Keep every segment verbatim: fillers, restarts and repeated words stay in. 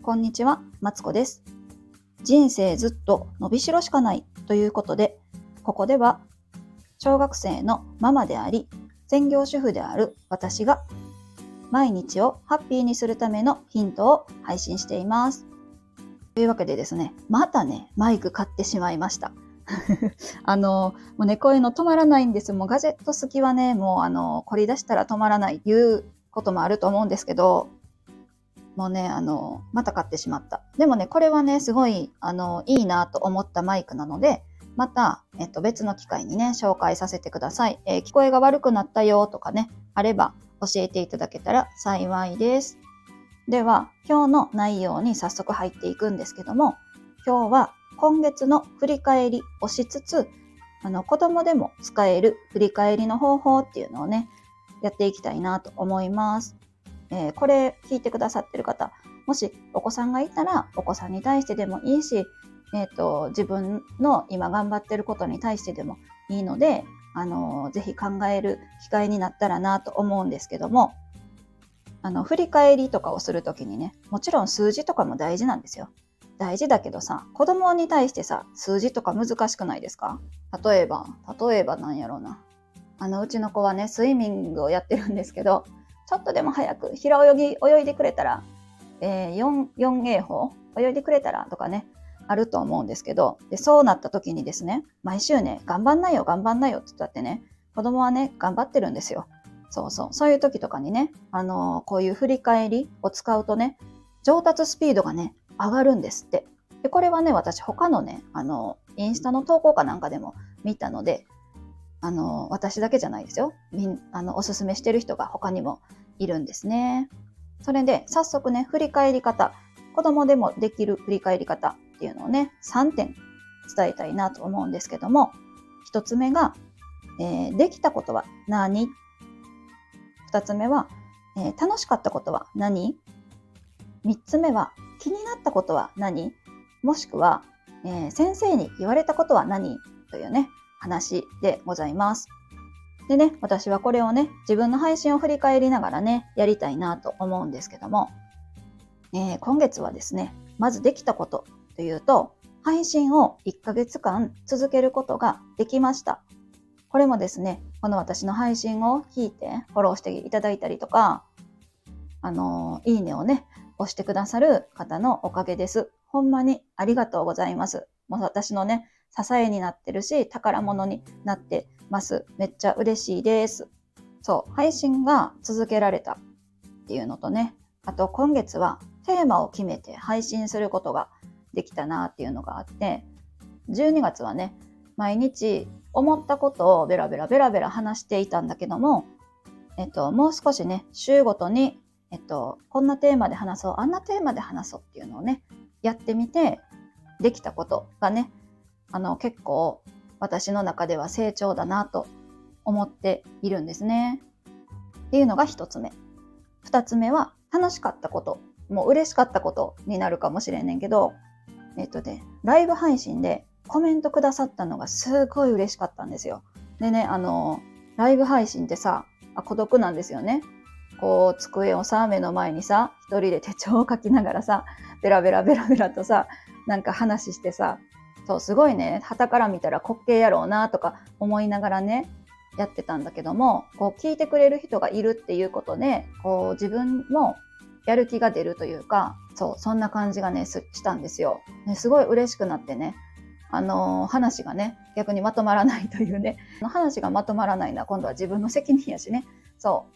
こんにちは、マツコです。人生ずっと伸びしろしかないということで、ここでは小学生のママであり、専業主婦である私が毎日をハッピーにするためのヒントを配信しています。というわけでですね、またね、マイク買ってしまいました。あの、もうね、こういうの止まらないんです。もうガジェット好きはね、もうあの、凝り出したら止まらないということもあると思うんですけど、もうね、あの、また買ってしまった。でもね、これはね、すごい、あの、いいなと思ったマイクなので、また、えっと、別の機会にね、紹介させてください。えー聞こえが悪くなったよとかね、あれば教えていただけたら幸いです。では、今日の内容に早速入っていくんですけども、今日は今月の振り返りをしつつ、あの、子供でも使える振り返りの方法っていうのをね、やっていきたいなと思います。えーこれ聞いてくださってる方、もしお子さんがいたらお子さんに対してでもいいし、えーと、自分の今頑張ってることに対してでもいいので、あのーぜひ考える機会になったらなと思うんですけども、あの振り返りとかをするときにね、もちろん数字とかも大事なんですよ。大事だけどさ、子供に対してさ、数字とか難しくないですか？例えば、例えばなんやろうな。あのうちの子はね、スイミングをやってるんですけど、ちょっとでも早く平泳ぎ泳いでくれたら、えー、よん, よん泳法泳いでくれたらとかね、あると思うんですけど、でそうなった時にですね、毎週ね、頑張んないよ頑張んないよって言ったってね、子供はね、頑張ってるんですよ。そうそう、そういう時とかにね、あのーこういう振り返りを使うとね、上達スピードがね、上がるんですって。でこれはね、私他のね、あのインスタの投稿かなんかでも見たので、あの私だけじゃないですよ。みんあのおすすめしてる人が他にもいるんですね。それで早速ね、振り返り方、子供でもできる振り返り方っていうのをね、さんてん伝えたいなと思うんですけども、ひとつめが、えーできたことは何？ふたつめは、えー楽しかったことは何？みっつめは、気になったことは何？もしくは、えー先生に言われたことは何？というね、話でございます。でね、私はこれをね、自分の配信を振り返りながらね、やりたいなと思うんですけども、えー今月はですね、まずできたことというと、配信をいっかげつかん続けることができました。これもですね、この私の配信を聞いてフォローしていただいたりとか、あのーいいねをね、押してくださる方のおかげです。ほんまにありがとうございます。もう私のね、支えになってるし、宝物になってます。めっちゃ嬉しいです。そう、配信が続けられたっていうのとね、あと今月はテーマを決めて配信することができたなっていうのがあって、じゅうにがつはね、毎日思ったことをベラベラベラベラ話していたんだけども、えっと、もう少しね、週ごとに、えっと、こんなテーマで話そう、あんなテーマで話そうっていうのをね、やってみて、できたことがね、あの、結構私の中では成長だなと思っているんですね。っていうのが一つ目。二つ目は、楽しかったこと、もう嬉しかったことになるかもしれんねんけど、えっとね、ライブ配信でコメントくださったのがすごい嬉しかったんですよ。でね、あの、ライブ配信ってさ、あ孤独なんですよね。こう、机をさ、目の前にさ、一人で手帳を書きながらさ、ベラベラベラベラとさ、なんか話してさ、そう、すごいね、傍から見たら滑稽やろうなとか思いながらね、やってたんだけども、こう聞いてくれる人がいるっていうことで、こう自分もやる気が出るというか、そう、そんな感じがね、したんですよ。ね、すごい嬉しくなってね、あのー話がね、逆にまとまらないというね、話がまとまらないのは今度は自分の責任やしね、そう、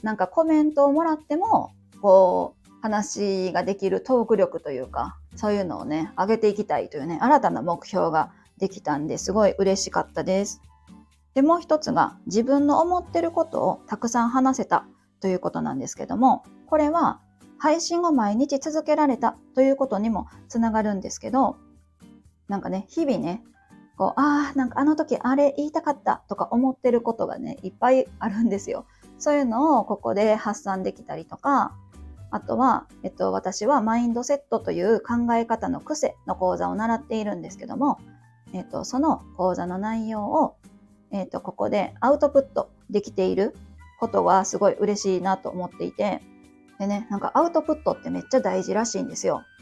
なんかコメントをもらっても、こう、話ができるトーク力というか、そういうのをね、上げていきたいというね、新たな目標ができたんですごい嬉しかったです。で、もう一つが自分の思ってることをたくさん話せたということなんですけども、これは配信を毎日続けられたということにもつながるんですけど、なんかね、日々ね、こう、ああ、なんかあの時あれ言いたかったとか思ってることがね、いっぱいあるんですよ。そういうのをここで発散できたりとか、あとは、えっと、私はマインドセットという考え方の癖の講座を習っているんですけども、えっと、その講座の内容をえっと、ここでアウトプットできていることがすごい嬉しいなと思っていて、でね、なんかアウトプットってめっちゃ大事らしいんですよ。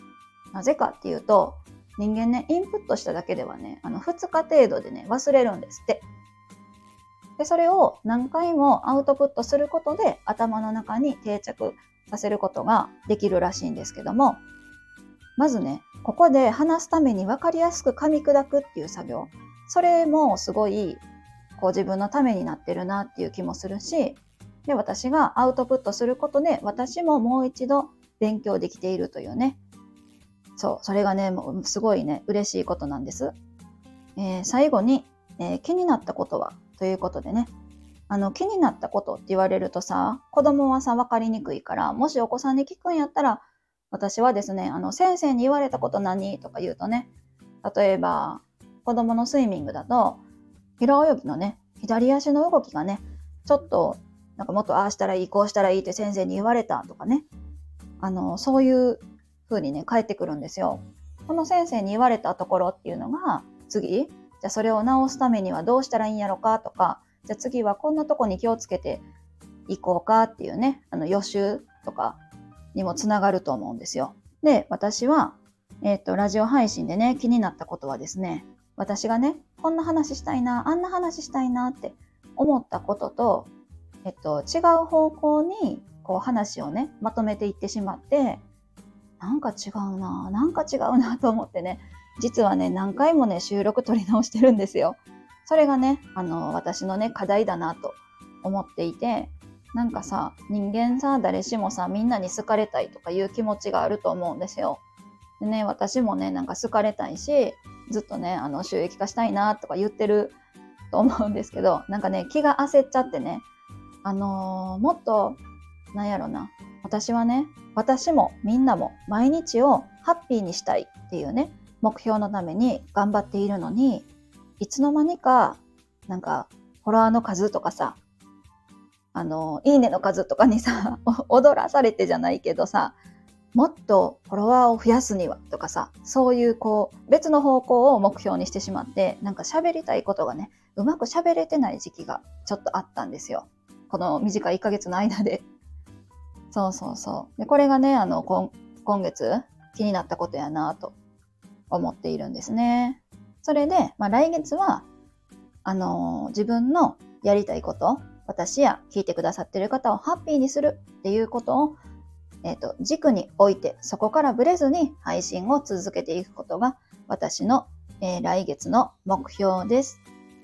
なぜかっていうと、人間ね、インプットしただけではね、あのふつか程度でね、忘れるんですって。で、それを何回もアウトプットすることで頭の中に定着させることができるらしいんですけども、まずね、ここで話すために分かりやすく噛み砕くっていう作業、それもすごいこう自分のためになってるなっていう気もするし、で、私がアウトプットすることで私ももう一度勉強できているというね、そう、それがね、もうすごいね、嬉しいことなんです。えー最後に、えー気になったことはということでね、あの気になったことって言われるとさ、子供はさ分かりにくいから、もしお子さんに聞くんやったら、私はですね、あの先生に言われたこと何とか言うとね、例えば子供のスイミングだと、平泳ぎのね、左足の動きがね、ちょっとなんかもっとああしたらいい、こうしたらいいって先生に言われたとかね、あのそういう風にね返ってくるんですよ。この先生に言われたところっていうのが、次、じゃあそれを直すためにはどうしたらいいんやろかとか、じゃあ次はこんなとこに気をつけていこうかっていうね、あの予習とかにもつながると思うんですよ。で、私は、えっと、ラジオ配信でね、気になったことはですね、私がね、こんな話したいな、あんな話したいなって思ったことと、えっと、違う方向にこう話をね、まとめていってしまって、なんか違うな、なんか違うなと思ってね、実はね、何回もね、収録取り直してるんですよ。それがね、あの、私のね、課題だなと思っていて、なんかさ、人間さ、誰しもさ、みんなに好かれたいとかいう気持ちがあると思うんですよ。でね、私もね、なんか好かれたいし、ずっとね、あの、収益化したいなとか言ってると思うんですけど、なんかね、気が焦っちゃってね、あのーもっと、なんやろな、私はね、私もみんなも毎日をハッピーにしたいっていうね、目標のために頑張っているのに、いつの間にか、なんか、フォロワーの数とかさ、あの、いいねの数とかにさ、踊らされてじゃないけどさ、もっとフォロワーを増やすにはとかさ、そういうこう、別の方向を目標にしてしまって、なんか喋りたいことがね、うまく喋れてない時期がちょっとあったんですよ。この短いいっかげつの間で。そうそうそう。で、これがね、あの、今、今月気になったことやなと思っているんですね。それで、まあ、来月は、あのー自分のやりたいこと、私や聞いてくださっている方をハッピーにするっていうことを、えっと、軸に置いて、そこからブレずに配信を続けていくことが、私の、えー来月の目標です。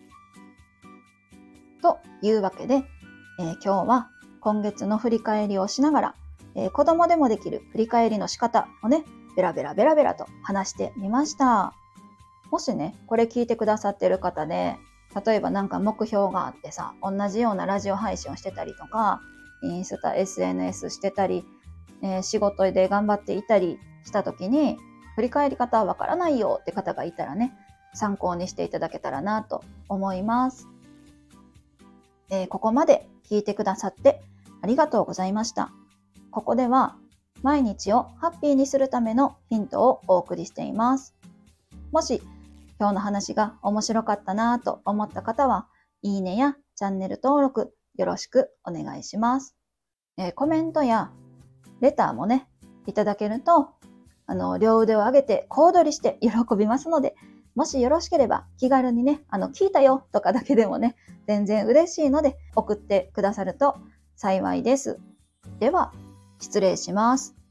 というわけで、えー今日は今月の振り返りをしながら、えー子供でもできる振り返りの仕方をね、ベラベラベラベラと話してみました。もしね、これ聞いてくださってる方で、例えばなんか目標があってさ、同じようなラジオ配信をしてたりとか、インスタ、エスエヌエス してたり、えー仕事で頑張っていたりした時に、振り返り方わからないよって方がいたらね、参考にしていただけたらなと思います。えーここまで聞いてくださってありがとうございました。ここでは毎日をハッピーにするためのヒントをお送りしています。もし今日の話が面白かったなと思った方は、いいねやチャンネル登録よろしくお願いします。えーコメントやレターもね、いただけると、あの、両腕を上げて小躍りして喜びますので、もしよろしければ気軽にね、あの、聞いたよとかだけでもね、全然嬉しいので送ってくださると幸いです。では、失礼します。